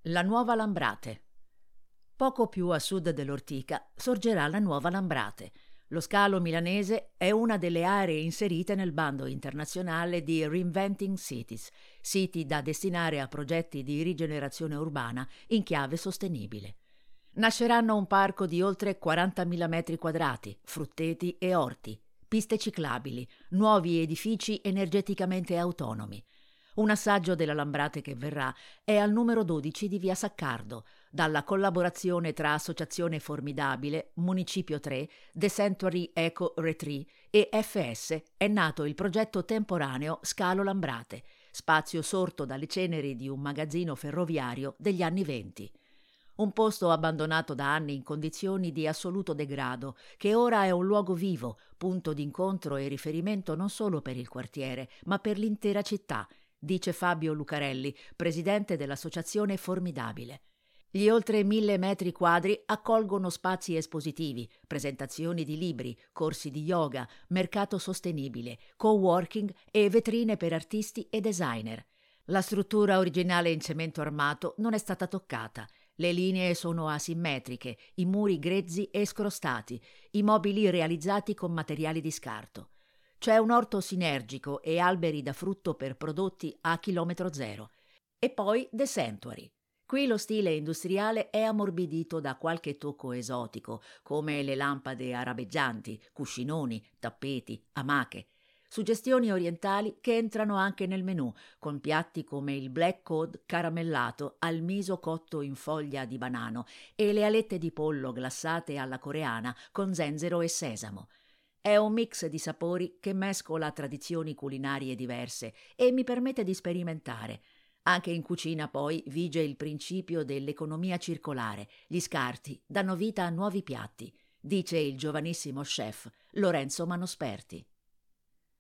La nuova Lambrate. Poco più a sud dell'Ortica sorgerà la nuova Lambrate. Lo scalo milanese è una delle aree inserite nel bando internazionale di Reinventing Cities, siti da destinare a progetti di rigenerazione urbana in chiave sostenibile. Nasceranno un parco di oltre 40.000 metri quadrati, frutteti e orti, piste ciclabili, nuovi edifici energeticamente autonomi. Un assaggio della Lambrate che verrà è al numero 12 di via Saccardo, dalla collaborazione tra Associazione Formidabile, Municipio 3, The Sanctuary Eco Retreat e FS è nato il progetto temporaneo Scalo Lambrate, spazio sorto dalle ceneri di un magazzino ferroviario degli anni '20. Un posto abbandonato da anni in condizioni di assoluto degrado, che ora è un luogo vivo, punto d'incontro e riferimento non solo per il quartiere, ma per l'intera città, dice Fabio Lucarelli, presidente dell'associazione Formidabile. Gli oltre 1.000 metri quadri accolgono spazi espositivi, presentazioni di libri, corsi di yoga, mercato sostenibile, coworking e vetrine per artisti e designer. La struttura originale in cemento armato non è stata toccata. Le linee sono asimmetriche, i muri grezzi e scrostati, i mobili realizzati con materiali di scarto. C'è un orto sinergico e alberi da frutto per prodotti a chilometro zero. E poi The Sanctuary. Qui lo stile industriale è ammorbidito da qualche tocco esotico, come le lampade arabeggianti, cuscinoni, tappeti, amache. Suggestioni orientali che entrano anche nel menù, con piatti come il black cod caramellato al miso cotto in foglia di banano e le alette di pollo glassate alla coreana con zenzero e sesamo. È un mix di sapori che mescola tradizioni culinarie diverse e mi permette di sperimentare. Anche in cucina poi vige il principio dell'economia circolare. Gli scarti danno vita a nuovi piatti, dice il giovanissimo chef Lorenzo Manosperti.